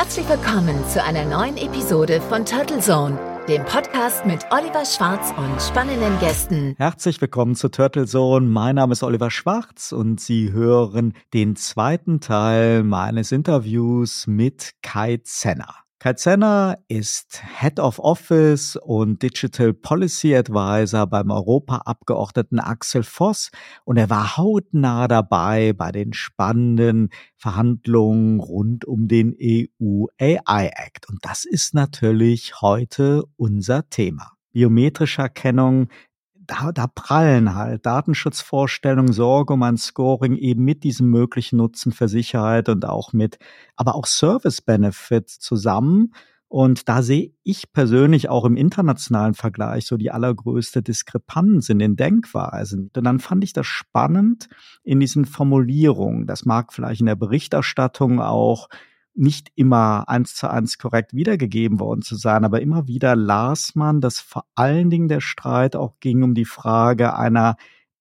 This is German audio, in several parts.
Herzlich willkommen zu einer neuen Episode von Turtle Zone, dem Podcast mit Oliver Schwarz und spannenden Gästen. Herzlich willkommen zu Turtle Zone. Mein Name ist Oliver Schwarz und Sie hören den zweiten Teil meines Interviews mit Kai Zenner. Kai Zenner ist Head of Office und Digital Policy Advisor beim Europaabgeordneten Axel Voss und er war hautnah dabei bei den spannenden Verhandlungen rund um den EU AI Act. Und das ist natürlich heute unser Thema. Biometrische Erkennung, da prallen halt Datenschutzvorstellungen, Sorge um ein Scoring eben mit diesem möglichen Nutzen für Sicherheit und aber auch Service-Benefits zusammen. Und da sehe ich persönlich auch im internationalen Vergleich so die allergrößte Diskrepanz in den Denkweisen. Und dann fand ich das spannend in diesen Formulierungen. Das mag vielleicht in der Berichterstattung auch nicht immer 1:1 korrekt wiedergegeben worden zu sein, aber immer wieder las man, dass vor allen Dingen der Streit auch ging um die Frage einer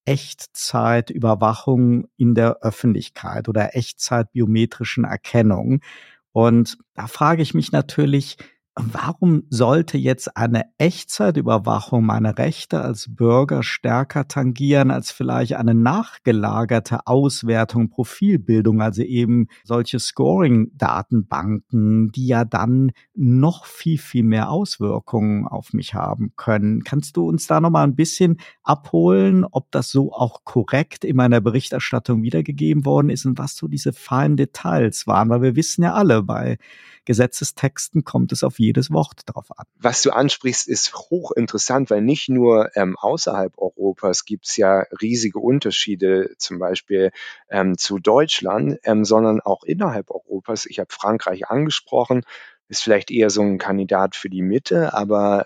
Echtzeitüberwachung in der Öffentlichkeit oder Echtzeitbiometrischen Erkennung. Und da frage ich mich natürlich, warum sollte jetzt eine Echtzeitüberwachung meine Rechte als Bürger stärker tangieren als vielleicht eine nachgelagerte Auswertung, Profilbildung, also eben solche Scoring-Datenbanken, die ja dann noch viel, viel mehr Auswirkungen auf mich haben können. Kannst du uns da nochmal ein bisschen abholen, ob das so auch korrekt in meiner Berichterstattung wiedergegeben worden ist und was so diese feinen Details waren? Weil wir wissen ja alle, bei Gesetzestexten kommt es auf jedes Wort drauf an. Was du ansprichst, ist hochinteressant, weil nicht nur außerhalb Europas gibt es ja riesige Unterschiede, zum Beispiel zu Deutschland, sondern auch innerhalb Europas. Ich habe Frankreich angesprochen, ist vielleicht eher so ein Kandidat für die Mitte, aber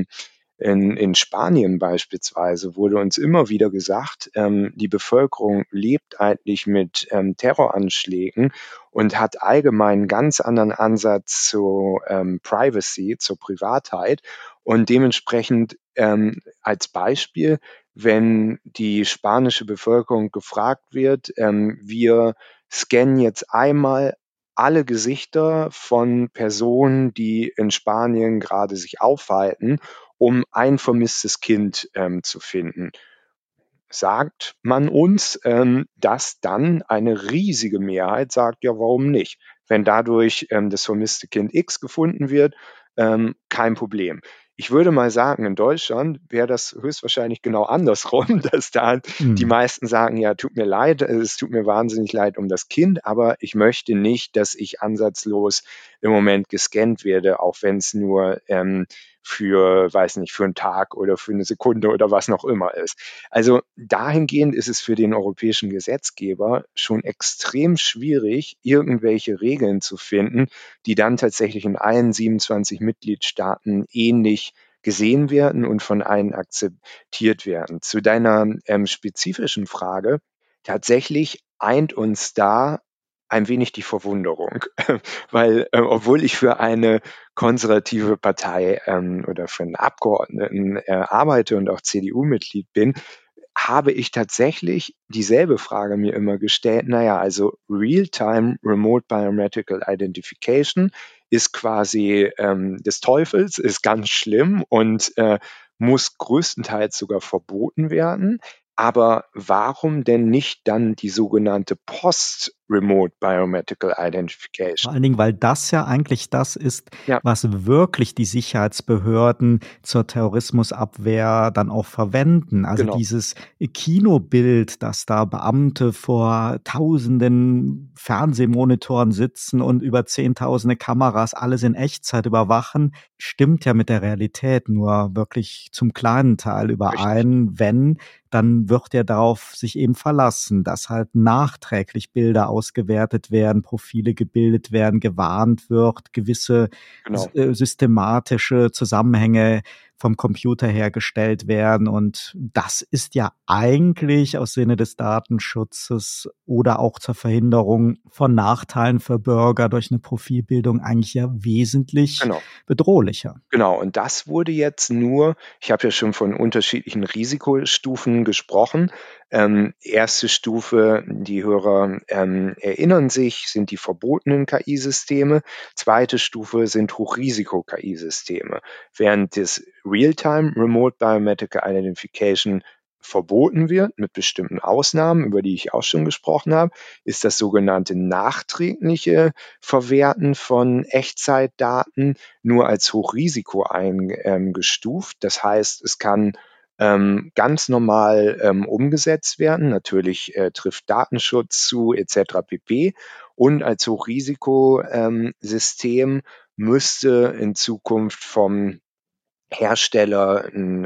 in Spanien beispielsweise wurde uns immer wieder gesagt, die Bevölkerung lebt eigentlich mit Terroranschlägen und hat allgemein einen ganz anderen Ansatz zu Privacy, zur Privatheit. Und dementsprechend als Beispiel, wenn die spanische Bevölkerung gefragt wird, wir scannen jetzt einmal alle Gesichter von Personen, die in Spanien gerade sich aufhalten, um ein vermisstes Kind zu finden. Sagt man uns, dass dann eine riesige Mehrheit sagt, ja, warum nicht? Wenn dadurch das vermisste Kind X gefunden wird, kein Problem. Ich würde mal sagen, in Deutschland wäre das höchstwahrscheinlich genau andersrum, dass da die meisten sagen, ja, tut mir leid, es tut mir wahnsinnig leid um das Kind, aber ich möchte nicht, dass ich ansatzlos im Moment gescannt werde, auch wenn es nur für, weiß nicht, für einen Tag oder für eine Sekunde oder was noch immer ist. Also dahingehend ist es für den europäischen Gesetzgeber schon extrem schwierig, irgendwelche Regeln zu finden, die dann tatsächlich in allen 27 Mitgliedstaaten ähnlich gesehen werden und von allen akzeptiert werden. Zu deiner spezifischen Frage, tatsächlich eint uns da ein wenig die Verwunderung, weil obwohl ich für eine konservative Partei oder für einen Abgeordneten arbeite und auch CDU-Mitglied bin, habe ich tatsächlich dieselbe Frage mir immer gestellt. Naja, also Real-Time Remote Biometrical Identification ist quasi des Teufels, ist ganz schlimm und muss größtenteils sogar verboten werden. Aber warum denn nicht dann die sogenannte Post-Remote Biometrical Identification? Vor allen Dingen, weil das ja eigentlich das ist, Ja. was wirklich die Sicherheitsbehörden zur Terrorismusabwehr dann auch verwenden. Also Genau. dieses Kinobild, dass da Beamte vor tausenden Fernsehmonitoren sitzen und über zehntausende Kameras alles in Echtzeit überwachen, stimmt ja mit der Realität nur wirklich zum kleinen Teil überein, wenn dann wird er darauf sich eben verlassen, dass halt nachträglich Bilder ausgewertet werden, Profile gebildet werden, gewarnt wird, gewisse systematische Zusammenhänge vom Computer hergestellt werden. Und das ist ja eigentlich aus Sinne des Datenschutzes oder auch zur Verhinderung von Nachteilen für Bürger durch eine Profilbildung eigentlich ja wesentlich bedrohlicher. Genau, und das wurde jetzt nur, ich habe ja schon von unterschiedlichen Risikostufen gesprochen, Erste Stufe, die Hörer erinnern sich, sind die verbotenen KI-Systeme. Zweite Stufe sind Hochrisiko-KI-Systeme. Während das Real-Time Remote Biomedical Identification verboten wird, mit bestimmten Ausnahmen, über die ich auch schon gesprochen habe, ist das sogenannte nachträgliche Verwerten von Echtzeitdaten nur als Hochrisiko eingestuft. Das heißt, es kann ganz normal umgesetzt werden. Natürlich trifft Datenschutz zu etc. pp. Und als Hochrisikosystem müsste in Zukunft vom Hersteller ein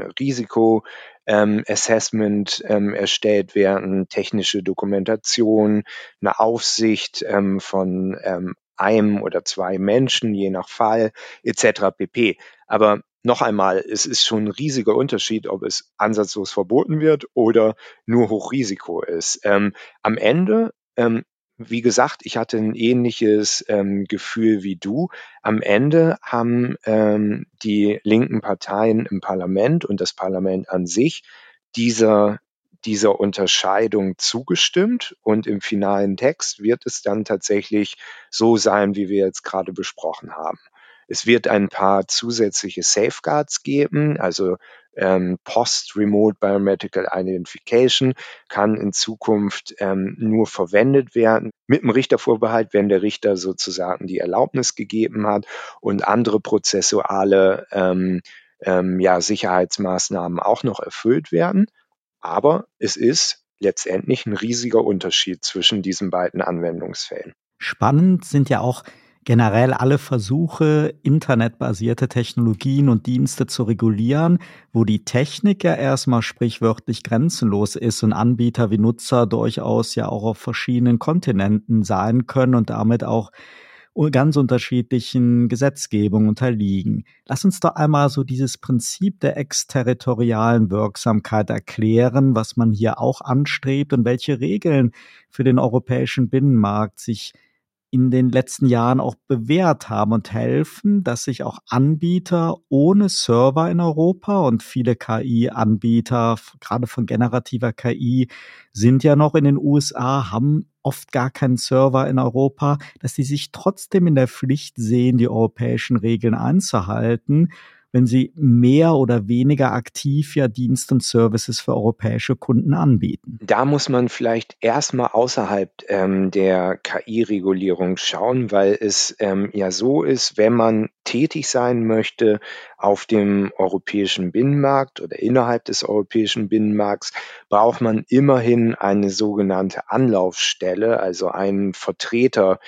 Risiko-Assessment erstellt werden, technische Dokumentation, eine Aufsicht von einem oder zwei Menschen, je nach Fall, etc. pp. Aber noch einmal, es ist schon ein riesiger Unterschied, ob es ansatzlos verboten wird oder nur Hochrisiko ist. Am Ende, wie gesagt, ich hatte ein ähnliches Gefühl wie du. Am Ende haben die linken Parteien im Parlament und das Parlament an sich dieser Unterscheidung zugestimmt und im finalen Text wird es dann tatsächlich so sein, wie wir jetzt gerade besprochen haben. Es wird ein paar zusätzliche Safeguards geben, also Post-Remote Biomedical Identification kann in Zukunft nur verwendet werden mit dem Richtervorbehalt, wenn der Richter sozusagen die Erlaubnis gegeben hat und andere prozessuale Sicherheitsmaßnahmen auch noch erfüllt werden. Aber es ist letztendlich ein riesiger Unterschied zwischen diesen beiden Anwendungsfällen. Spannend sind ja auch generell alle Versuche, internetbasierte Technologien und Dienste zu regulieren, wo die Technik ja erstmal sprichwörtlich grenzenlos ist und Anbieter wie Nutzer durchaus ja auch auf verschiedenen Kontinenten sein können und damit auch ganz unterschiedlichen Gesetzgebungen unterliegen. Lass uns doch einmal so dieses Prinzip der exterritorialen Wirksamkeit erklären, was man hier auch anstrebt und welche Regeln für den europäischen Binnenmarkt sich in den letzten Jahren auch bewährt haben und helfen, dass sich auch Anbieter ohne Server in Europa und viele KI-Anbieter, gerade von generativer KI, sind ja noch in den USA, haben oft gar keinen Server in Europa, dass die sich trotzdem in der Pflicht sehen, die europäischen Regeln einzuhalten, wenn sie mehr oder weniger aktiv ja Dienste und Services für europäische Kunden anbieten. Da muss man vielleicht erstmal außerhalb der KI-Regulierung schauen, weil es ja so ist, wenn man tätig sein möchte auf dem europäischen Binnenmarkt oder innerhalb des europäischen Binnenmarkts, braucht man immerhin eine sogenannte Anlaufstelle, also einen Vertreter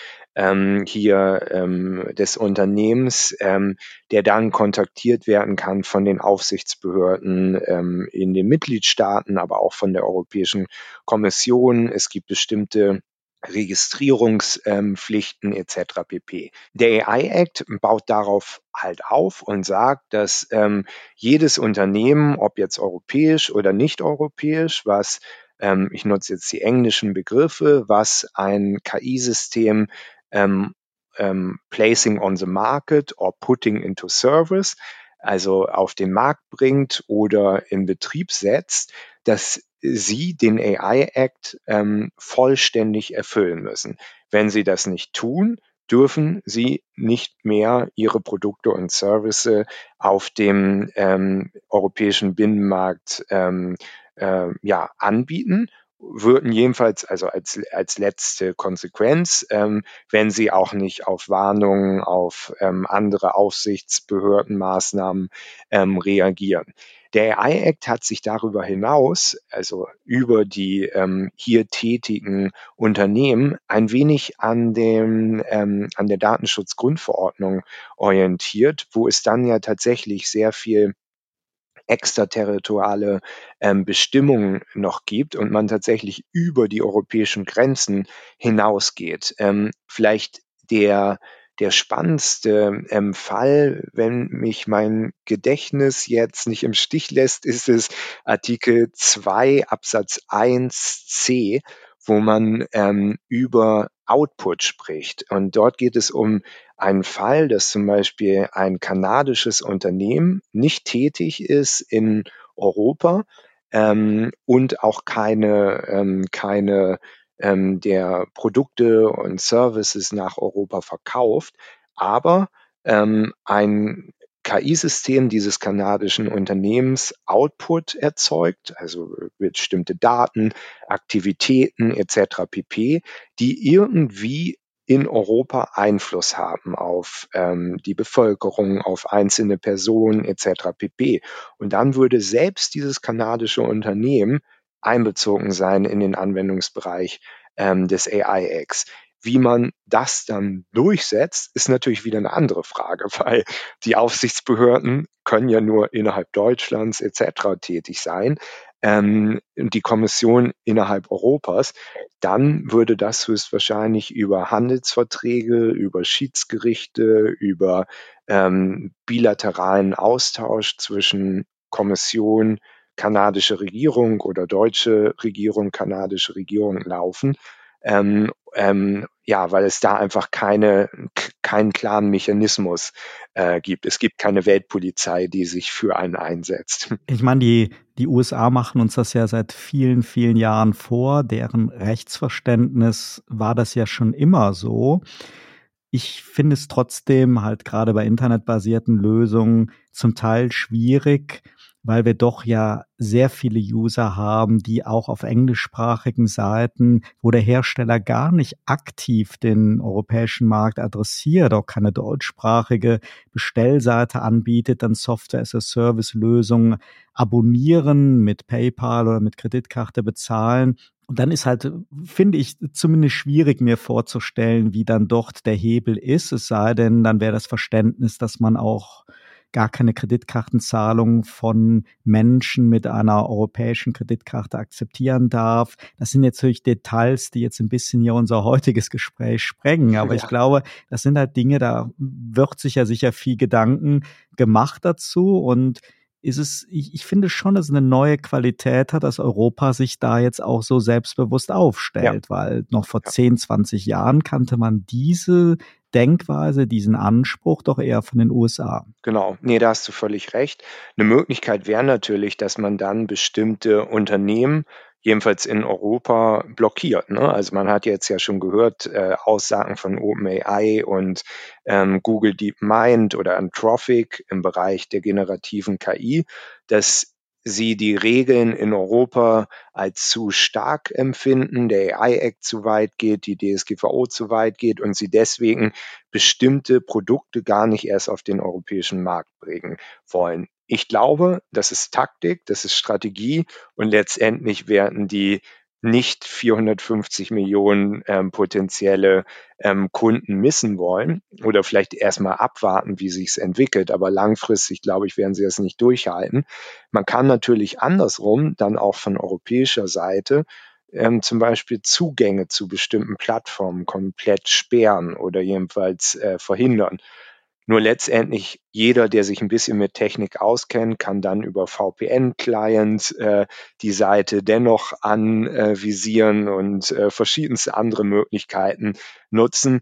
des Unternehmens, der dann kontaktiert werden kann von den Aufsichtsbehörden in den Mitgliedstaaten, aber auch von der Europäischen Kommission. Es gibt bestimmte Registrierungspflichten etc. pp. Der AI Act baut darauf halt auf und sagt, dass jedes Unternehmen, ob jetzt europäisch oder nicht europäisch, was ich nutze jetzt die englischen Begriffe, was ein KI-System placing on the market or putting into service, also auf den Markt bringt oder in Betrieb setzt, dass sie den AI Act vollständig erfüllen müssen. Wenn sie das nicht tun, dürfen sie nicht mehr ihre Produkte und Services auf dem europäischen Binnenmarkt anbieten, würden jedenfalls also als letzte Konsequenz, wenn sie auch nicht auf Warnungen, auf andere Aufsichtsbehördenmaßnahmen reagieren. Der AI Act hat sich darüber hinaus, also über die hier tätigen Unternehmen, ein wenig an der Datenschutzgrundverordnung orientiert, wo es dann ja tatsächlich sehr viel extraterritoriale Bestimmungen noch gibt und man tatsächlich über die europäischen Grenzen hinausgeht. Vielleicht der spannendste Fall, wenn mich mein Gedächtnis jetzt nicht im Stich lässt, ist es Artikel 2 Absatz 1c, wo man über Output spricht. Und dort geht es um einen Fall, dass zum Beispiel ein kanadisches Unternehmen nicht tätig ist in Europa, und auch keine der Produkte und Services nach Europa verkauft. Aber ein KI-System dieses kanadischen Unternehmens Output erzeugt, also bestimmte Daten, Aktivitäten etc. pp., die irgendwie in Europa Einfluss haben auf die Bevölkerung, auf einzelne Personen etc. pp. Und dann würde selbst dieses kanadische Unternehmen einbezogen sein in den Anwendungsbereich des AI-X. Wie man das dann durchsetzt, ist natürlich wieder eine andere Frage, weil die Aufsichtsbehörden können ja nur innerhalb Deutschlands etc. tätig sein, und die Kommission innerhalb Europas. Dann würde das höchstwahrscheinlich über Handelsverträge, über Schiedsgerichte, über bilateralen Austausch zwischen Kommission, kanadische Regierung oder deutsche Regierung, kanadische Regierung laufen. Ja, weil es da einfach keinen klaren Mechanismus gibt. Es gibt keine Weltpolizei, die sich für einen einsetzt. Ich meine, die USA machen uns das ja seit vielen, vielen Jahren vor. Deren Rechtsverständnis war das ja schon immer so. Ich finde es trotzdem halt gerade bei internetbasierten Lösungen zum Teil schwierig, weil wir doch ja sehr viele User haben, die auch auf englischsprachigen Seiten, wo der Hersteller gar nicht aktiv den europäischen Markt adressiert, auch keine deutschsprachige Bestellseite anbietet, dann Software-as-a-Service-Lösungen abonnieren, mit PayPal oder mit Kreditkarte bezahlen. Und dann ist halt, finde ich, zumindest schwierig mir vorzustellen, wie dann dort der Hebel ist. Es sei denn, dann wäre das Verständnis, dass man auch gar keine Kreditkartenzahlung von Menschen mit einer europäischen Kreditkarte akzeptieren darf. Das sind jetzt natürlich Details, die jetzt ein bisschen hier unser heutiges Gespräch sprengen. Aber ich glaube, das sind halt Dinge, da wird sich ja sicher viel Gedanken gemacht dazu. Und ich finde schon, dass es eine neue Qualität hat, dass Europa sich da jetzt auch so selbstbewusst aufstellt, weil noch vor 10, 20 Jahren kannte man diese Denkweise, diesen Anspruch doch eher von den USA. Genau, nee, da hast du völlig recht. Eine Möglichkeit wäre natürlich, dass man dann bestimmte Unternehmen, jedenfalls in Europa, blockiert, ne? Also, man hat jetzt ja schon gehört, Aussagen von OpenAI und Google DeepMind oder Anthropic im Bereich der generativen KI, dass sie die Regeln in Europa als zu stark empfinden, der AI-Act zu weit geht, die DSGVO zu weit geht und sie deswegen bestimmte Produkte gar nicht erst auf den europäischen Markt bringen wollen. Ich glaube, das ist Taktik, das ist Strategie und letztendlich werden die nicht 450 Millionen potenzielle Kunden missen wollen oder vielleicht erstmal abwarten, wie sich es entwickelt. Aber langfristig, glaube ich, werden sie das nicht durchhalten. Man kann natürlich andersrum dann auch von europäischer Seite zum Beispiel Zugänge zu bestimmten Plattformen komplett sperren oder jedenfalls verhindern. Nur letztendlich jeder, der sich ein bisschen mit Technik auskennt, kann dann über VPN-Client die Seite dennoch anvisieren und verschiedenste andere Möglichkeiten nutzen.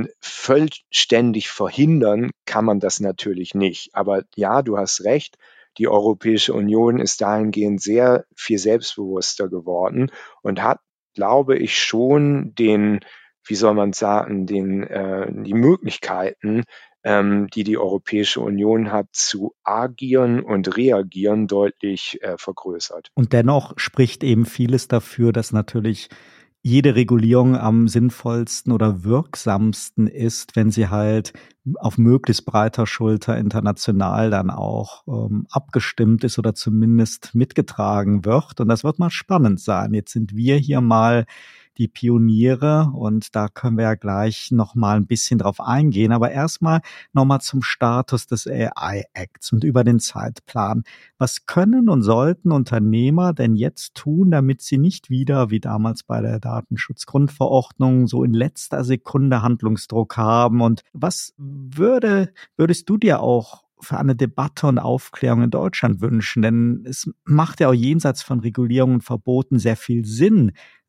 Vollständig verhindern kann man das natürlich nicht. Aber ja, du hast recht, die Europäische Union ist dahingehend sehr viel selbstbewusster geworden und hat, glaube ich, schon wie soll man sagen, die Möglichkeiten, die Europäische Union hat, zu agieren und reagieren, deutlich vergrößert. Und dennoch spricht eben vieles dafür, dass natürlich jede Regulierung am sinnvollsten oder wirksamsten ist, wenn sie halt auf möglichst breiter Schulter international dann auch abgestimmt ist oder zumindest mitgetragen wird. Und das wird mal spannend sein. Jetzt sind wir hier mal die Pioniere und da können wir ja gleich noch mal ein bisschen drauf eingehen. Aber erstmal noch mal zum Status des AI-Acts und über den Zeitplan. Was können und sollten Unternehmer denn jetzt tun, damit sie nicht wieder, wie damals bei der Datenschutzgrundverordnung, so in letzter Sekunde Handlungsdruck haben? Und was würdest du dir auch für eine Debatte und Aufklärung in Deutschland wünschen? Denn es macht ja auch jenseits von Regulierungen und Verboten sehr viel Sinn,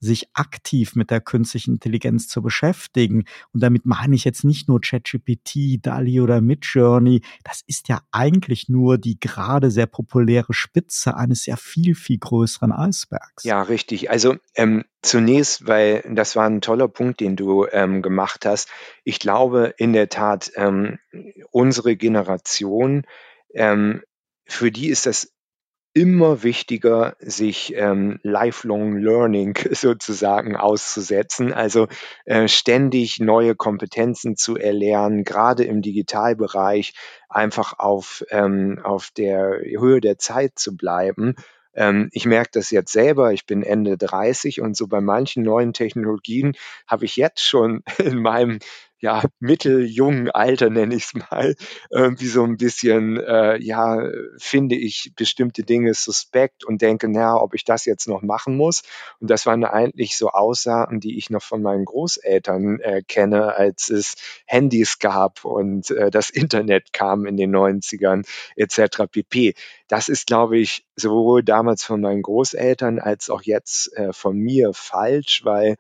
sich aktiv mit der künstlichen Intelligenz zu beschäftigen. Und damit meine ich jetzt nicht nur ChatGPT, DALL-E oder Midjourney. Das ist ja eigentlich nur die gerade sehr populäre Spitze eines sehr viel, viel größeren Eisbergs. Ja, richtig. Also zunächst, weil das war ein toller Punkt, den du gemacht hast. Ich glaube in der Tat, unsere Generation, ähm, für die ist das immer wichtiger, sich Lifelong Learning sozusagen auszusetzen, also ständig neue Kompetenzen zu erlernen, gerade im Digitalbereich einfach auf der Höhe der Zeit zu bleiben. Ich merke das jetzt selber, ich bin Ende 30 und so bei manchen neuen Technologien habe ich jetzt schon in meinem mitteljungen Alter, nenne ich es mal, irgendwie so ein bisschen, finde ich bestimmte Dinge suspekt und denke: „Na, ob ich das jetzt noch machen muss?“ Und das waren eigentlich so Aussagen, die ich noch von meinen Großeltern kenne, als es Handys gab und das Internet kam in den 90ern et cetera pp. Das ist, glaube ich, sowohl damals von meinen Großeltern als auch jetzt von mir falsch, weil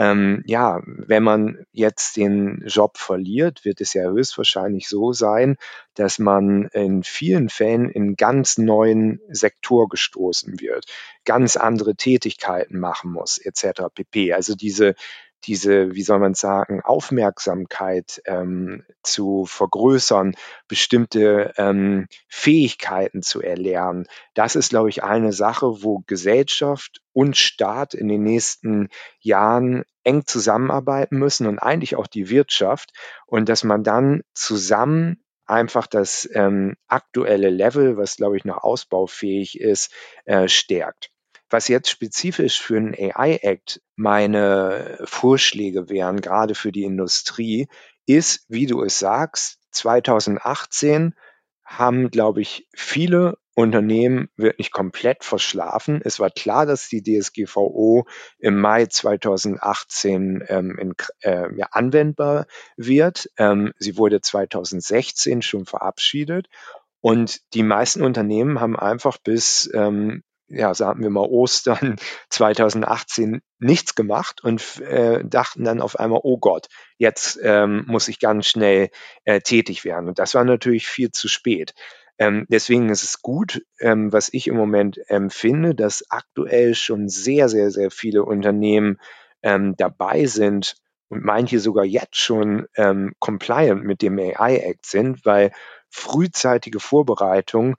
wenn man jetzt den Job verliert, wird es ja höchstwahrscheinlich so sein, dass man in vielen Fällen in ganz neuen Sektor gestoßen wird, ganz andere Tätigkeiten machen muss, et cetera pp. Also diese, wie soll man sagen, Aufmerksamkeit zu vergrößern, bestimmte Fähigkeiten zu erlernen. Das ist, glaube ich, eine Sache, wo Gesellschaft und Staat in den nächsten Jahren eng zusammenarbeiten müssen und eigentlich auch die Wirtschaft und dass man dann zusammen einfach das aktuelle Level, was, glaube ich, noch ausbaufähig ist, stärkt. Was jetzt spezifisch für den AI-Act meine Vorschläge wären, gerade für die Industrie, ist, wie du es sagst, 2018 haben, glaube ich, viele Unternehmen wirklich komplett verschlafen. Es war klar, dass die DSGVO im Mai 2018 anwendbar wird. Sie wurde 2016 schon verabschiedet und die meisten Unternehmen haben einfach bis sagen wir mal Ostern 2018 nichts gemacht und dachten dann auf einmal, oh Gott, jetzt muss ich ganz schnell tätig werden. Und das war natürlich viel zu spät. Deswegen ist es gut, was ich im Moment finde, dass aktuell schon sehr, sehr, sehr viele Unternehmen dabei sind und manche sogar jetzt schon compliant mit dem AI-Act sind, weil frühzeitige Vorbereitung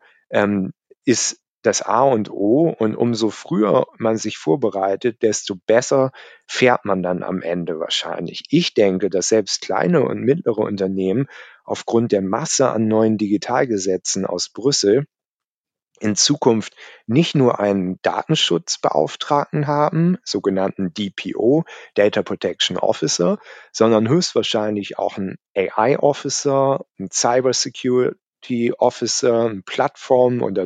ist das A und O und umso früher man sich vorbereitet, desto besser fährt man dann am Ende wahrscheinlich. Ich denke, dass selbst kleine und mittlere Unternehmen aufgrund der Masse an neuen Digitalgesetzen aus Brüssel in Zukunft nicht nur einen Datenschutzbeauftragten haben, sogenannten DPO, Data Protection Officer, sondern höchstwahrscheinlich auch einen AI Officer, einen Cyber Security Officer, einen Plattform- oder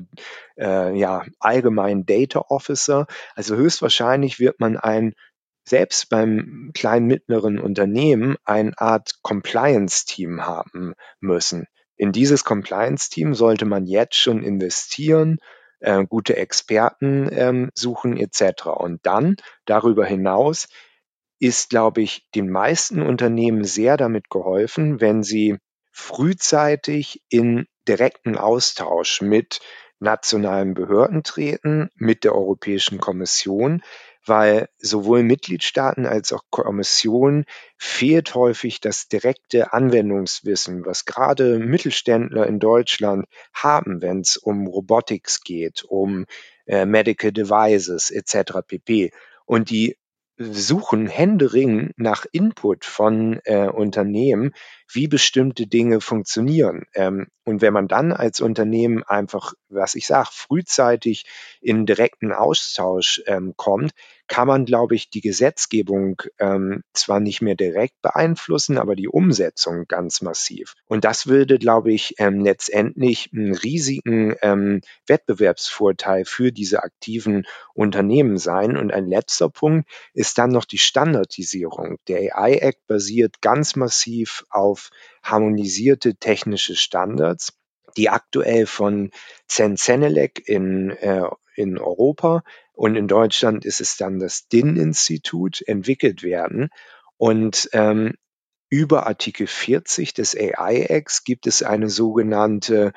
allgemein Data Officer. Also höchstwahrscheinlich wird man selbst beim kleinen mittleren Unternehmen eine Art Compliance-Team haben müssen. In dieses Compliance-Team sollte man jetzt schon investieren, gute Experten suchen etc. Und dann darüber hinaus ist, glaube ich, den meisten Unternehmen sehr damit geholfen, wenn sie frühzeitig in direkten Austausch mit nationalen Behörden treten, mit der Europäischen Kommission, weil sowohl Mitgliedstaaten als auch Kommission fehlt häufig das direkte Anwendungswissen, was gerade Mittelständler in Deutschland haben, wenn es um Robotics geht, um Medical Devices etc. pp. Und die suchen händeringend nach Input von Unternehmen, wie bestimmte Dinge funktionieren. Und wenn man dann als Unternehmen einfach, was ich sage, frühzeitig in direkten Austausch kommt, kann man, glaube ich, die Gesetzgebung zwar nicht mehr direkt beeinflussen, aber die Umsetzung ganz massiv. Und das würde, glaube ich, letztendlich einen riesigen Wettbewerbsvorteil für diese aktiven Unternehmen sein. Und ein letzter Punkt ist dann noch die Standardisierung. Der AI-Act basiert ganz massiv auf harmonisierte technische Standards, die aktuell von CEN-CENELEC in Europa und in Deutschland ist es dann das DIN-Institut, entwickelt werden. Und über Artikel 40 des AI-Acts gibt es eine sogenannte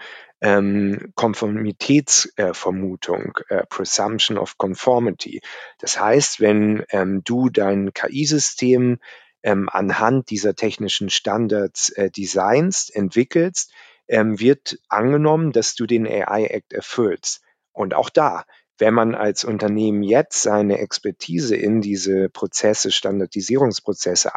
Konformitätsvermutung, Presumption of Conformity. Das heißt, wenn du dein KI-System anhand dieser technischen Standards designst, entwickelst, wird angenommen, dass du den AI-Act erfüllst. Und auch da, wenn man als Unternehmen jetzt seine Expertise in diese Prozesse, Standardisierungsprozesse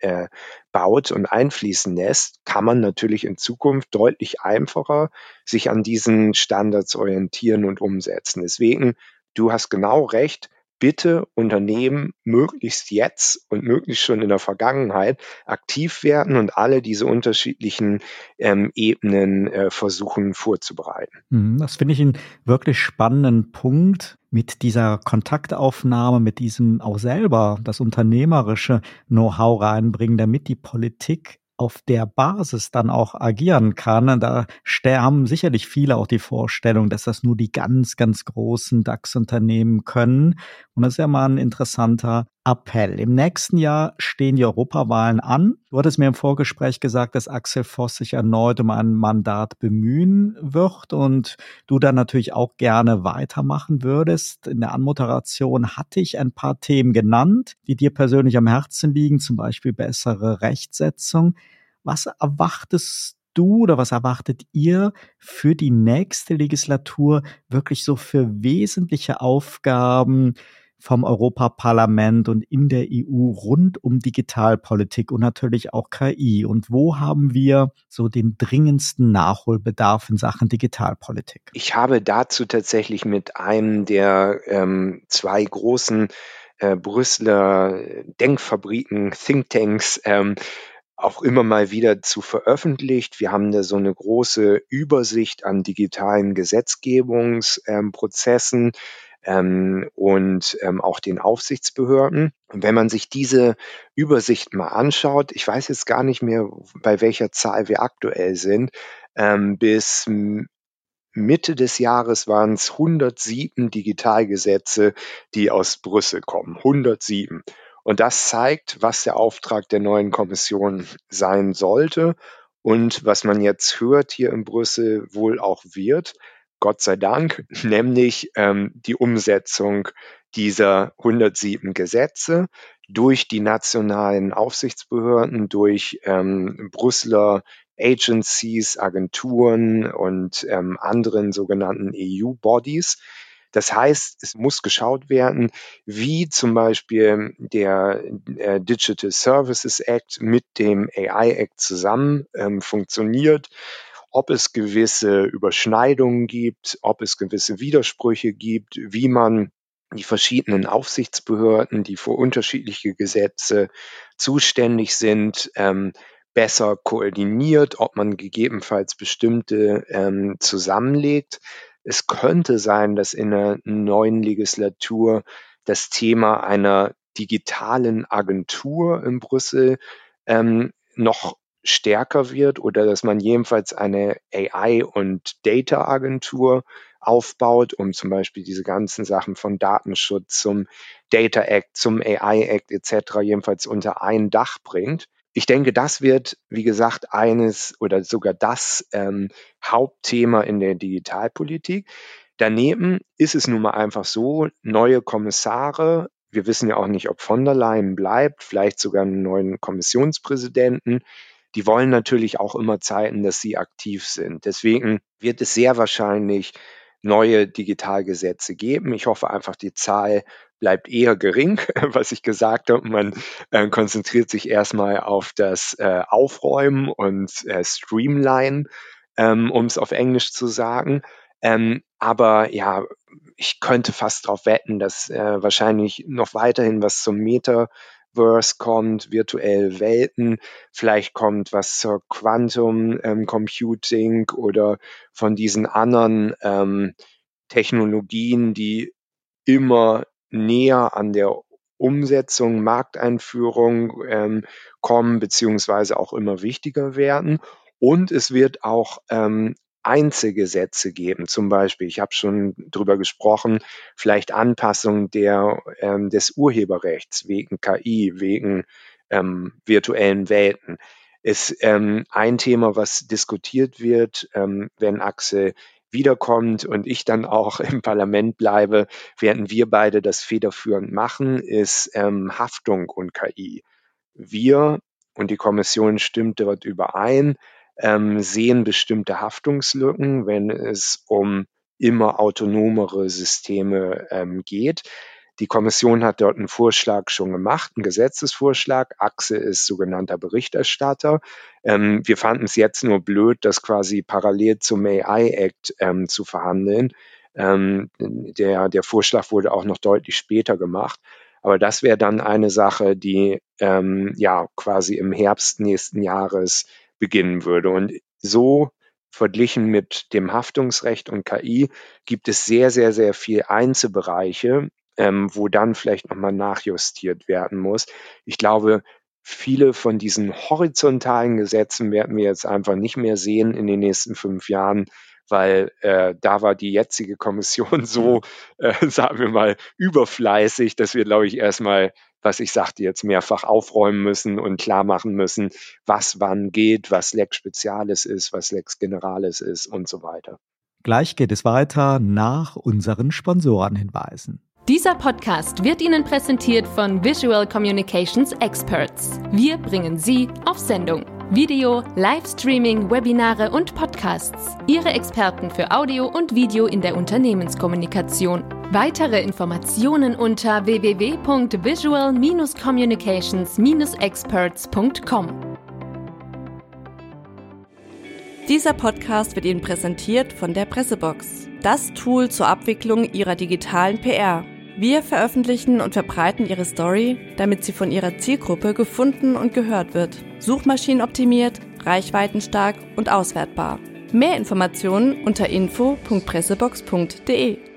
einbaut und einfließen lässt, kann man natürlich in Zukunft deutlich einfacher sich an diesen Standards orientieren und umsetzen. Deswegen, du hast genau recht, bitte Unternehmen möglichst jetzt und möglichst schon in der Vergangenheit aktiv werden und alle diese unterschiedlichen Ebenen versuchen vorzubereiten. Das finde ich einen wirklich spannenden Punkt mit dieser Kontaktaufnahme, mit diesem auch selber das unternehmerische Know-how reinbringen, damit die Politik auf der Basis dann auch agieren kann. Und da haben sicherlich viele auch die Vorstellung, dass das nur die ganz, ganz großen DAX-Unternehmen können. Und das ist ja mal ein interessanter Appell. Im nächsten Jahr stehen die Europawahlen an. Du hattest mir im Vorgespräch gesagt, dass Axel Voss sich erneut um ein Mandat bemühen wird und du dann natürlich auch gerne weitermachen würdest. In der Anmoderation hatte ich ein paar Themen genannt, die dir persönlich am Herzen liegen, zum Beispiel bessere Rechtsetzung. Was erwartest du oder was erwartet ihr für die nächste Legislatur wirklich so für wesentliche Aufgaben vom Europaparlament und in der EU rund um Digitalpolitik und natürlich auch KI? Und wo haben wir so den dringendsten Nachholbedarf in Sachen Digitalpolitik? Ich habe dazu tatsächlich mit einem der zwei großen Brüsseler Denkfabriken, Thinktanks, auch immer mal wieder zu veröffentlicht. Wir haben da so eine große Übersicht an digitalen Gesetzgebungsprozessen und auch den Aufsichtsbehörden. Und wenn man sich diese Übersicht mal anschaut, ich weiß jetzt gar nicht mehr, bei welcher Zahl wir aktuell sind, bis Mitte des Jahres waren es 107 Digitalgesetze, die aus Brüssel kommen. 107. Und das zeigt, was der Auftrag der neuen Kommission sein sollte und was man jetzt hört hier in Brüssel wohl auch wird, Gott sei Dank, nämlich die Umsetzung dieser 107 Gesetze durch die nationalen Aufsichtsbehörden, durch Brüsseler Agencies, Agenturen und anderen sogenannten EU-Bodies. Das heißt, es muss geschaut werden, wie zum Beispiel der Digital Services Act mit dem AI Act zusammen funktioniert, ob es gewisse Überschneidungen gibt, ob es gewisse Widersprüche gibt, wie man die verschiedenen Aufsichtsbehörden, die für unterschiedliche Gesetze zuständig sind, besser koordiniert, ob man gegebenenfalls bestimmte zusammenlegt. Es könnte sein, dass in der neuen Legislatur das Thema einer digitalen Agentur in Brüssel noch stärker wird oder dass man jedenfalls eine AI- und Data-Agentur aufbaut, um zum Beispiel diese ganzen Sachen von Datenschutz zum Data Act, zum AI Act etc. jedenfalls unter ein Dach bringt. Ich denke, das wird, wie gesagt, eines oder sogar das Hauptthema in der Digitalpolitik. Daneben ist es nun mal einfach so, neue Kommissare, wir wissen ja auch nicht, ob von der Leyen bleibt, vielleicht sogar einen neuen Kommissionspräsidenten, die wollen natürlich auch immer zeigen, dass sie aktiv sind. Deswegen wird es sehr wahrscheinlich neue Digitalgesetze geben. Ich hoffe einfach, die Zahl bleibt eher gering, was ich gesagt habe. Man konzentriert sich erstmal auf das Aufräumen und Streamline, um es auf Englisch zu sagen. Aber ja, ich könnte fast darauf wetten, dass wahrscheinlich noch weiterhin was zum Metaverse kommt, virtuelle Welten, vielleicht kommt was zur Quantum Computing oder von diesen anderen Technologien, die immer näher an der Umsetzung, Markteinführung kommen, beziehungsweise auch immer wichtiger werden. Und es wird auch Einzelgesetze geben. Zum Beispiel, ich habe schon drüber gesprochen, vielleicht Anpassung des Urheberrechts wegen KI, wegen virtuellen Welten. Ist ein Thema, was diskutiert wird, wenn Axel wiederkommt und ich dann auch im Parlament bleibe, werden wir beide das federführend machen, ist Haftung und KI. Wir und die Kommission stimmt dort überein, sehen bestimmte Haftungslücken, wenn es um immer autonomere Systeme geht. Die Kommission hat dort einen Vorschlag schon gemacht, einen Gesetzesvorschlag. Axel ist sogenannter Berichterstatter. Wir fanden es jetzt nur blöd, das quasi parallel zum AI Act zu verhandeln. Der Vorschlag wurde auch noch deutlich später gemacht. Aber das wäre dann eine Sache, die quasi im Herbst nächsten Jahres beginnen würde. Und so verglichen mit dem Haftungsrecht und KI gibt es sehr, sehr, sehr viel Einzelbereiche, wo dann vielleicht nochmal nachjustiert werden muss. Ich glaube, viele von diesen horizontalen Gesetzen werden wir jetzt einfach nicht mehr sehen in den nächsten 5 Jahren, weil da war die jetzige Kommission so, sagen wir mal, überfleißig, dass wir, glaube ich, erstmal, was ich sagte, jetzt mehrfach aufräumen müssen und klar machen müssen, was wann geht, was Lex Specialis ist, was Lex Generalis ist und so weiter. Gleich geht es weiter nach unseren Sponsorenhinweisen. Dieser Podcast wird Ihnen präsentiert von Visual Communications Experts. Wir bringen Sie auf Sendung. Video, Livestreaming, Webinare und Podcasts. Ihre Experten für Audio und Video in der Unternehmenskommunikation. Weitere Informationen unter www.visual-communications-experts.com. Dieser Podcast wird Ihnen präsentiert von der Pressebox, das Tool zur Abwicklung Ihrer digitalen PR. Wir veröffentlichen und verbreiten Ihre Story, damit sie von Ihrer Zielgruppe gefunden und gehört wird. Suchmaschinenoptimiert, reichweitenstark und auswertbar. Mehr Informationen unter info.pressebox.de.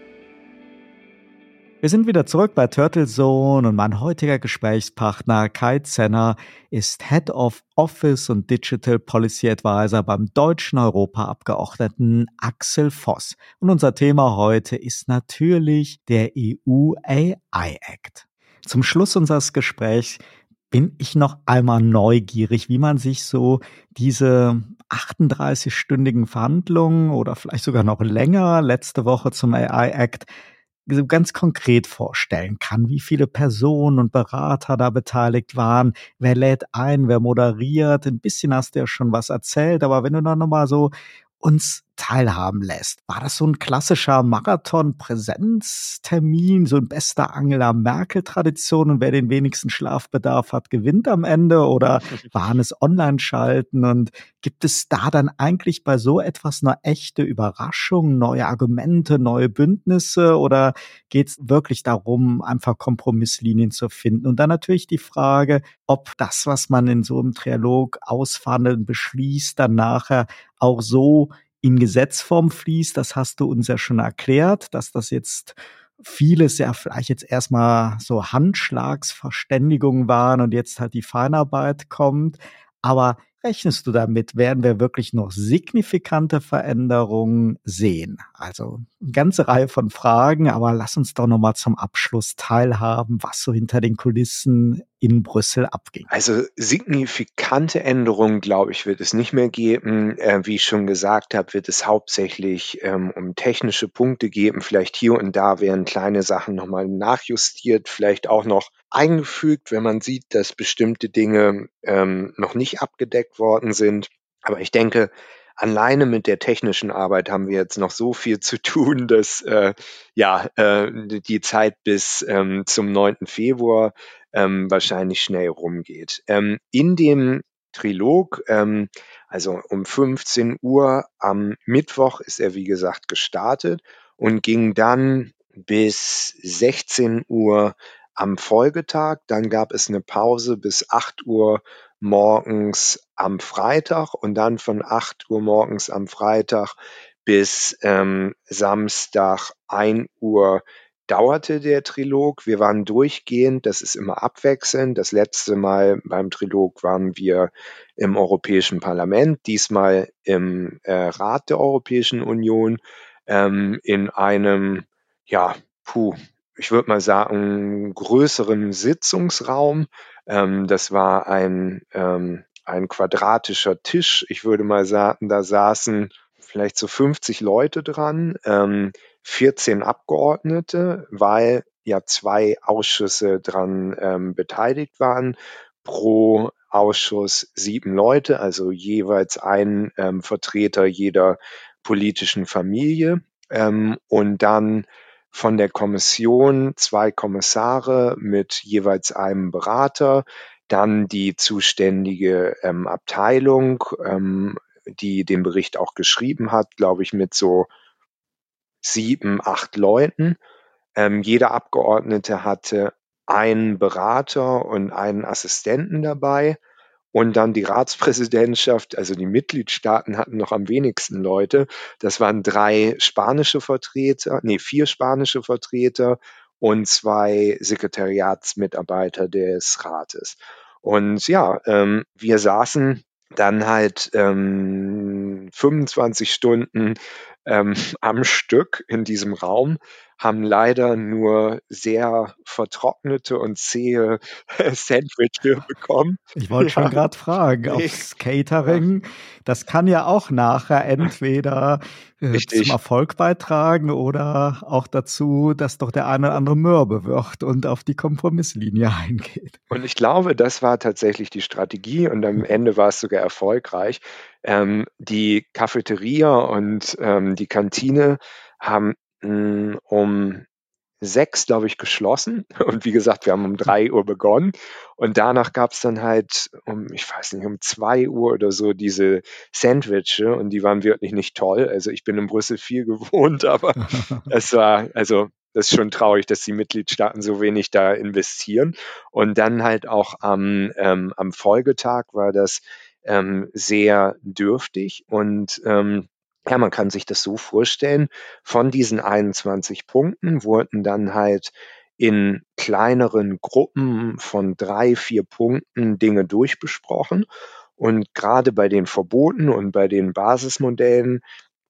Wir sind wieder zurück bei Turtle Zone und mein heutiger Gesprächspartner Kai Zenner ist Head of Office und Digital Policy Advisor beim deutschen Europaabgeordneten Axel Voss. Und unser Thema heute ist natürlich der EU AI Act. Zum Schluss unseres Gesprächs bin ich noch einmal neugierig, wie man sich so diese 38-stündigen Verhandlungen oder vielleicht sogar noch länger letzte Woche zum AI Act so ganz konkret vorstellen kann, wie viele Personen und Berater da beteiligt waren, wer lädt ein, wer moderiert. Ein bisschen hast du ja schon was erzählt, aber wenn du dann nochmal so uns teilhaben lässt. War das so ein klassischer Marathon-Präsenztermin, so ein bester Angela Merkel-Tradition und wer den wenigsten Schlafbedarf hat, gewinnt am Ende? Oder waren es Online-Schalten? Und gibt es da dann eigentlich bei so etwas eine echte Überraschung, neue Argumente, neue Bündnisse? Oder geht es wirklich darum, einfach Kompromisslinien zu finden? Und dann natürlich die Frage, ob das, was man in so einem Trialog ausverhandeln, beschließt, dann nachher auch so in Gesetzform fließt. Das hast du uns ja schon erklärt, dass das jetzt vieles ja vielleicht jetzt erstmal so Handschlagsverständigungen waren und jetzt halt die Feinarbeit kommt. Aber rechnest du damit, werden wir wirklich noch signifikante Veränderungen sehen? Also eine ganze Reihe von Fragen, aber lass uns doch nochmal zum Abschluss teilhaben, was so hinter den Kulissen in Brüssel abging. Also signifikante Änderungen, glaube ich, wird es nicht mehr geben. Wie ich schon gesagt habe, wird es hauptsächlich um technische Punkte geben. Vielleicht hier und da werden kleine Sachen nochmal nachjustiert, vielleicht auch noch eingefügt, wenn man sieht, dass bestimmte Dinge noch nicht abgedeckt worden sind. Aber ich denke, alleine mit der technischen Arbeit haben wir jetzt noch so viel zu tun, dass die Zeit bis zum 9. Februar wahrscheinlich schnell rumgeht. In dem Trilog, also um 15 Uhr am Mittwoch ist er, wie gesagt, gestartet und ging dann bis 16 Uhr am Folgetag. Dann gab es eine Pause bis 8 Uhr morgens am Freitag und dann von 8 Uhr morgens am Freitag bis Samstag 1 Uhr dauerte der Trilog. Wir waren durchgehend, das ist immer abwechselnd. Das letzte Mal beim Trilog waren wir im Europäischen Parlament, diesmal im Rat der Europäischen Union, in einem, ja, ich würde mal sagen, größeren Sitzungsraum. Das war ein quadratischer Tisch. Ich würde mal sagen, da saßen vielleicht so 50 Leute dran, 14 Abgeordnete, weil ja 2 Ausschüsse dran beteiligt waren. Pro Ausschuss 7 Leute, also jeweils ein Vertreter jeder politischen Familie. Und dann von der Kommission 2 Kommissare mit jeweils einem Berater, dann die zuständige Abteilung, die den Bericht auch geschrieben hat, glaube ich, mit so 7, 8 Leuten. Jeder Abgeordnete hatte einen Berater und einen Assistenten dabei. Und dann die Ratspräsidentschaft, also die Mitgliedstaaten hatten noch am wenigsten Leute. Das waren 4 spanische Vertreter und 2 Sekretariatsmitarbeiter des Rates. Und ja, wir saßen dann halt 25 Stunden am Stück in diesem Raum, haben leider nur sehr vertrocknete und zähe Sandwiches bekommen. Ich wollte schon gerade fragen, aufs Catering, das kann ja auch nachher entweder zum Erfolg beitragen oder auch dazu, dass doch der eine oder andere mürbe wird und auf die Kompromisslinie eingeht. Und ich glaube, das war tatsächlich die Strategie und am Ende war es sogar erfolgreich. Die Cafeteria und die Kantine haben um 6, glaube ich, geschlossen. Und wie gesagt, wir haben um 3 Uhr begonnen. Und danach gab es dann halt um 2 Uhr oder so diese Sandwiches und die waren wirklich nicht toll. Also ich bin in Brüssel viel gewohnt, aber das ist schon traurig, dass die Mitgliedstaaten so wenig da investieren. Und dann halt auch am Folgetag war das sehr dürftig und ja, man kann sich das so vorstellen, von diesen 21 Punkten wurden dann halt in kleineren Gruppen von 3, 4 Punkten Dinge durchbesprochen. Und gerade bei den Verboten und bei den Basismodellen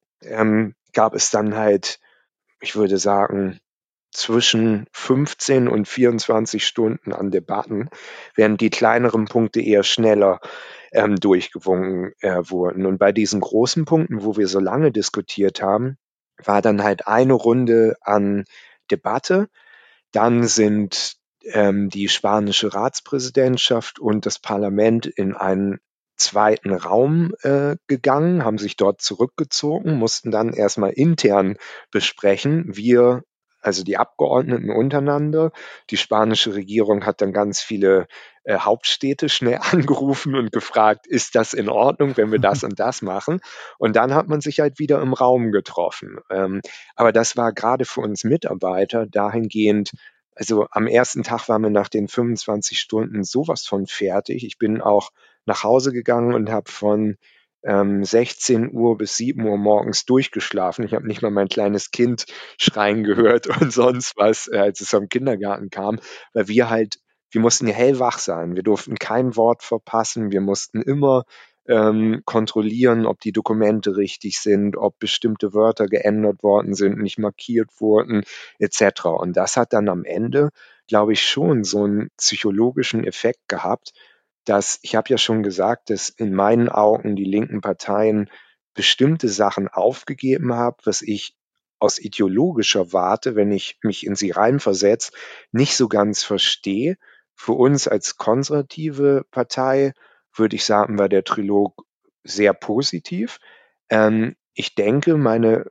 gab es dann halt, ich würde sagen, zwischen 15 und 24 Stunden an Debatten, während die kleineren Punkte eher schneller durchgewunken wurden. Und bei diesen großen Punkten, wo wir so lange diskutiert haben, war dann halt eine Runde an Debatte. Dann sind die spanische Ratspräsidentschaft und das Parlament in einen zweiten Raum gegangen, haben sich dort zurückgezogen, mussten dann erstmal intern besprechen. Wir, also die Abgeordneten untereinander. Die spanische Regierung hat dann ganz viele Hauptstädte schnell angerufen und gefragt, ist das in Ordnung, wenn wir das und das machen? Und dann hat man sich halt wieder im Raum getroffen. Aber das war gerade für uns Mitarbeiter dahingehend, also am ersten Tag waren wir nach den 25 Stunden sowas von fertig. Ich bin auch nach Hause gegangen und habe von 16 Uhr bis 7 Uhr morgens durchgeschlafen. Ich habe nicht mal mein kleines Kind schreien gehört und sonst was, als es vom Kindergarten kam, weil wir mussten ja hellwach sein. Wir durften kein Wort verpassen. Wir mussten immer kontrollieren, ob die Dokumente richtig sind, ob bestimmte Wörter geändert worden sind, nicht markiert wurden, etc. Und das hat dann am Ende, glaube ich, schon so einen psychologischen Effekt gehabt, dass ich habe ja schon gesagt, dass in meinen Augen die linken Parteien bestimmte Sachen aufgegeben haben, was ich aus ideologischer Warte, wenn ich mich in sie reinversetze, nicht so ganz verstehe. Für uns als konservative Partei würde ich sagen, war der Trilog sehr positiv. Ich denke, meine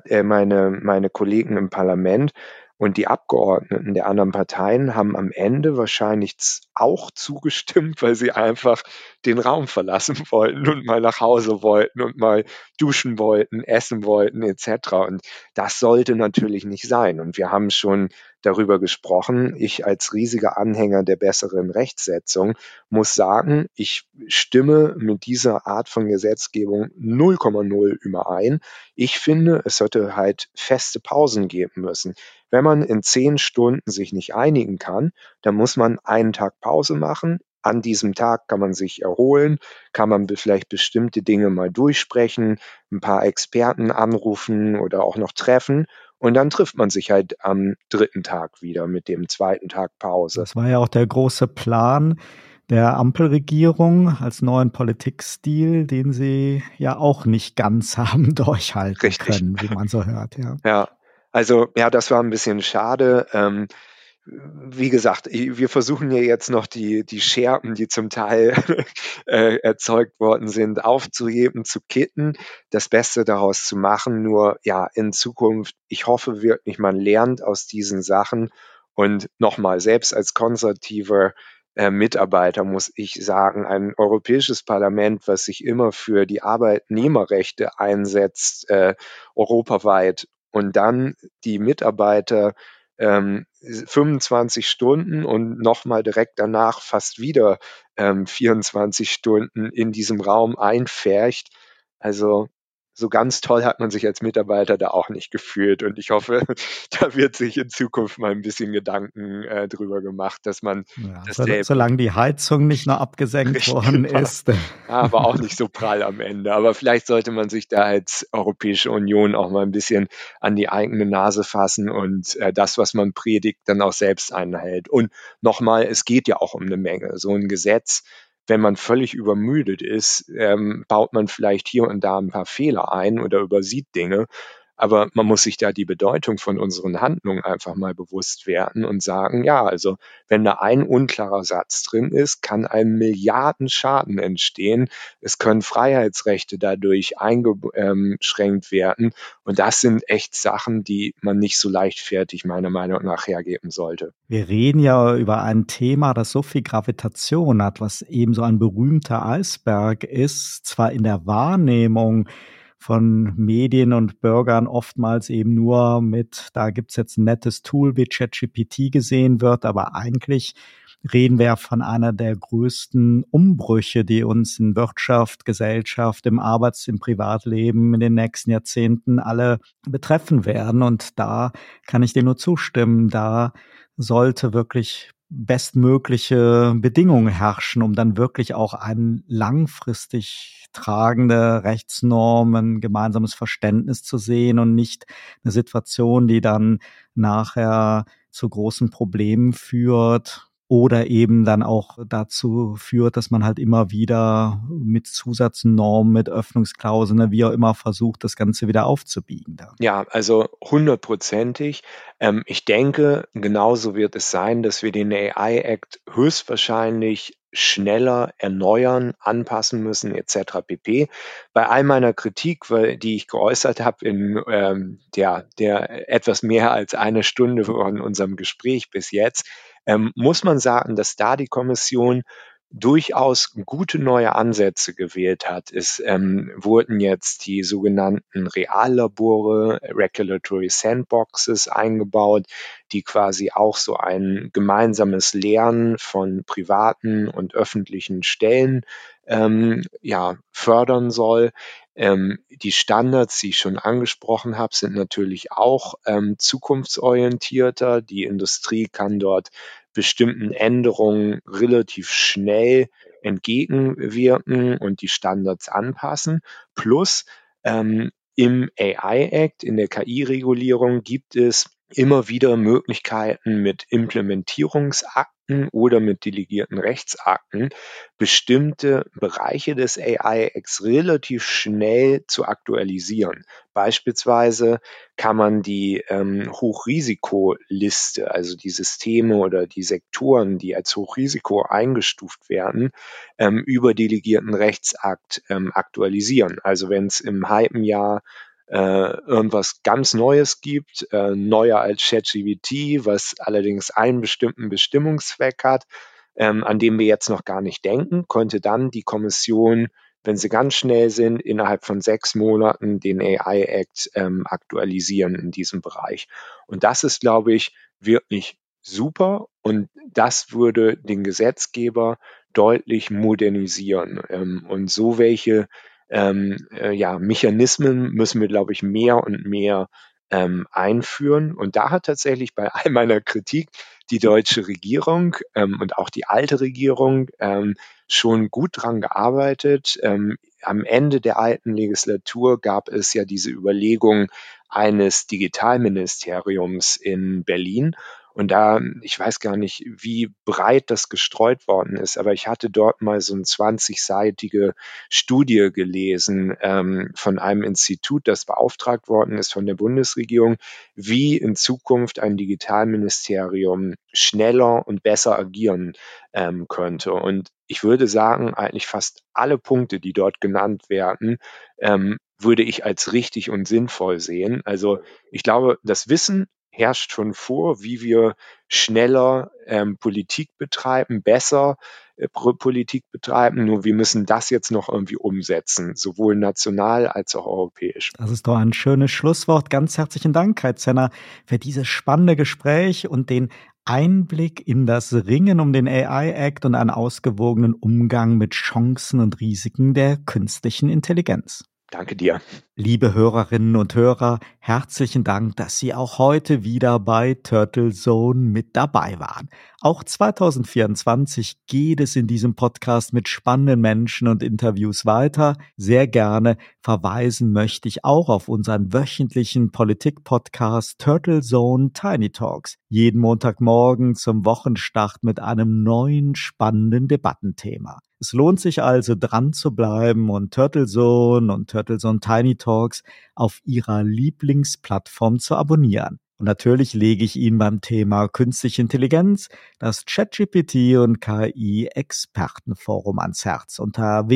Kollegen im Parlament und die Abgeordneten der anderen Parteien haben am Ende wahrscheinlich auch zugestimmt, weil sie einfach den Raum verlassen wollten und mal nach Hause wollten und mal duschen wollten, essen wollten etc. Und das sollte natürlich nicht sein. Und wir haben schon darüber gesprochen. Ich als riesiger Anhänger der besseren Rechtsetzung muss sagen, ich stimme mit dieser Art von Gesetzgebung 0,0 überein. Ich finde, es sollte halt feste Pausen geben müssen. Wenn man in 10 Stunden sich nicht einigen kann, dann muss man einen Tag Pause machen. An diesem Tag kann man sich erholen, kann man vielleicht bestimmte Dinge mal durchsprechen, ein paar Experten anrufen oder auch noch treffen. Und dann trifft man sich halt am 3. Tag wieder mit dem 2. Tag Pause. Das war ja auch der große Plan der Ampelregierung als neuen Politikstil, den sie ja auch nicht ganz haben durchhalten können, wie man so hört. Ja, also ja, das war ein bisschen schade. Wie gesagt, wir versuchen ja jetzt noch die Scherben, die zum Teil erzeugt worden sind, aufzuheben, zu kitten, das Beste daraus zu machen. Nur ja, in Zukunft, ich hoffe wirklich, man lernt aus diesen Sachen. Und nochmal, selbst als konservativer Mitarbeiter muss ich sagen, ein europäisches Parlament, was sich immer für die Arbeitnehmerrechte einsetzt, europaweit, und dann die Mitarbeiter 25 Stunden und nochmal direkt danach fast wieder 24 Stunden in diesem Raum einpfercht. Also so ganz toll hat man sich als Mitarbeiter da auch nicht gefühlt. Und ich hoffe, da wird sich in Zukunft mal ein bisschen Gedanken drüber gemacht, dass man solange die Heizung nicht noch abgesenkt worden ist. Aber auch nicht so prall am Ende. Aber vielleicht sollte man sich da als Europäische Union auch mal ein bisschen an die eigene Nase fassen und das, was man predigt, dann auch selbst einhält. Und nochmal, es geht ja auch um eine Menge. So ein Gesetz, wenn man völlig übermüdet ist, baut man vielleicht hier und da ein paar Fehler ein oder übersieht Dinge. Aber man muss sich da die Bedeutung von unseren Handlungen einfach mal bewusst werden und sagen, ja, also wenn da ein unklarer Satz drin ist, kann ein Milliardenschaden entstehen. Es können Freiheitsrechte dadurch eingeschränkt werden. Und das sind echt Sachen, die man nicht so leichtfertig meiner Meinung nach hergeben sollte. Wir reden ja über ein Thema, das so viel Gravitation hat, was eben so ein berühmter Eisberg ist, zwar in der Wahrnehmung von Medien und Bürgern oftmals eben nur mit, da gibt's jetzt ein nettes Tool wie ChatGPT gesehen wird, aber eigentlich reden wir von einer der größten Umbrüche, die uns in Wirtschaft, Gesellschaft, im im Privatleben in den nächsten Jahrzehnten alle betreffen werden. Und da kann ich dir nur zustimmen, da sollte wirklich bestmögliche Bedingungen herrschen, um dann wirklich auch ein langfristig tragende Rechtsnormen, gemeinsames Verständnis zu sehen und nicht eine Situation, die dann nachher zu großen Problemen führt oder eben dann auch dazu führt, dass man halt immer wieder mit Zusatznormen, mit Öffnungsklauseln, wie auch immer versucht, das Ganze wieder aufzubiegen. Ja, also 100%. Ich denke, genauso wird es sein, dass wir den AI Act höchstwahrscheinlich schneller erneuern, anpassen müssen etc. pp. Bei all meiner Kritik, die ich geäußert habe in der etwas mehr als eine Stunde von unserem Gespräch bis jetzt, muss man sagen, dass da die Kommission durchaus gute neue Ansätze gewählt hat. Es wurden jetzt die sogenannten Reallabore, Regulatory Sandboxes eingebaut, die quasi auch so ein gemeinsames Lernen von privaten und öffentlichen Stellen fördern soll. Die Standards, die ich schon angesprochen habe, sind natürlich auch zukunftsorientierter. Die Industrie kann dort bestimmten Änderungen relativ schnell entgegenwirken und die Standards anpassen. Plus im AI Act, in der KI-Regulierung, gibt es immer wieder Möglichkeiten mit Implementierungsakten oder mit delegierten Rechtsakten, bestimmte Bereiche des AI Acts relativ schnell zu aktualisieren. Beispielsweise kann man die Hochrisikoliste, also die Systeme oder die Sektoren, die als Hochrisiko eingestuft werden, über delegierten Rechtsakt aktualisieren. Also wenn es im halben Jahr irgendwas ganz Neues gibt, neuer als ChatGPT, was allerdings einen bestimmten Bestimmungszweck hat, an dem wir jetzt noch gar nicht denken, konnte dann die Kommission, wenn sie ganz schnell sind, innerhalb von 6 Monaten den AI Act aktualisieren in diesem Bereich. Und das ist, glaube ich, wirklich super und das würde den Gesetzgeber deutlich modernisieren. Und so welche Mechanismen müssen wir, glaube ich, mehr und mehr einführen. Und da hat tatsächlich bei all meiner Kritik die deutsche Regierung und auch die alte Regierung schon gut dran gearbeitet. Am Ende der alten Legislatur gab es ja diese Überlegung eines Digitalministeriums in Berlin. Und da, ich weiß gar nicht, wie breit das gestreut worden ist, aber ich hatte dort mal so eine 20-seitige Studie gelesen von einem Institut, das beauftragt worden ist von der Bundesregierung, wie in Zukunft ein Digitalministerium schneller und besser agieren könnte. Und ich würde sagen, eigentlich fast alle Punkte, die dort genannt werden, würde ich als richtig und sinnvoll sehen. Also ich glaube, das Wissen herrscht schon vor, wie wir schneller Politik betreiben, besser Politik betreiben. Nur wir müssen das jetzt noch irgendwie umsetzen, sowohl national als auch europäisch. Das ist doch ein schönes Schlusswort. Ganz herzlichen Dank, Kai Zenner, für dieses spannende Gespräch und den Einblick in das Ringen um den AI-Act und einen ausgewogenen Umgang mit Chancen und Risiken der künstlichen Intelligenz. Danke dir. Liebe Hörerinnen und Hörer, herzlichen Dank, dass Sie auch heute wieder bei Turtle Zone mit dabei waren. Auch 2024 geht es in diesem Podcast mit spannenden Menschen und Interviews weiter. Sehr gerne verweisen möchte ich auch auf unseren wöchentlichen Politik-Podcast Turtle Zone Tiny Talks. Jeden Montagmorgen zum Wochenstart mit einem neuen spannenden Debattenthema. Es lohnt sich also dran zu bleiben und Turtle Zone Tiny Talks auf Ihrer Lieblingsplattform zu abonnieren. Und natürlich lege ich Ihnen beim Thema Künstliche Intelligenz das ChatGPT und KI-Expertenforum ans Herz. Unter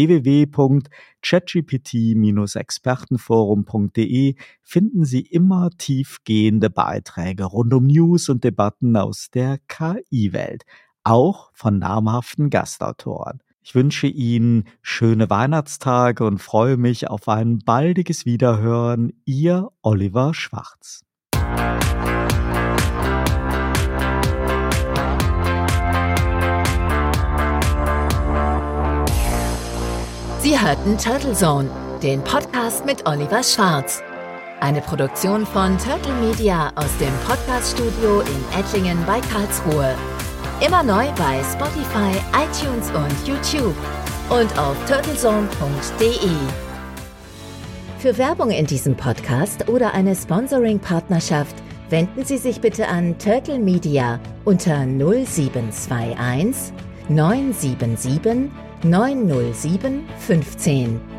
www.chatgpt-expertenforum.de finden Sie immer tiefgehende Beiträge rund um News und Debatten aus der KI-Welt, auch von namhaften Gastautoren. Ich wünsche Ihnen schöne Weihnachtstage und freue mich auf ein baldiges Wiederhören. Ihr Oliver Schwarz. Sie hörten Turtle Zone, den Podcast mit Oliver Schwarz. Eine Produktion von Turtle Media aus dem Podcaststudio in Ettlingen bei Karlsruhe. Immer neu bei Spotify, iTunes und YouTube und auf turtlezone.de. Für Werbung in diesem Podcast oder eine Sponsoring-Partnerschaft wenden Sie sich bitte an Turtle Media unter 0721 977 907 15.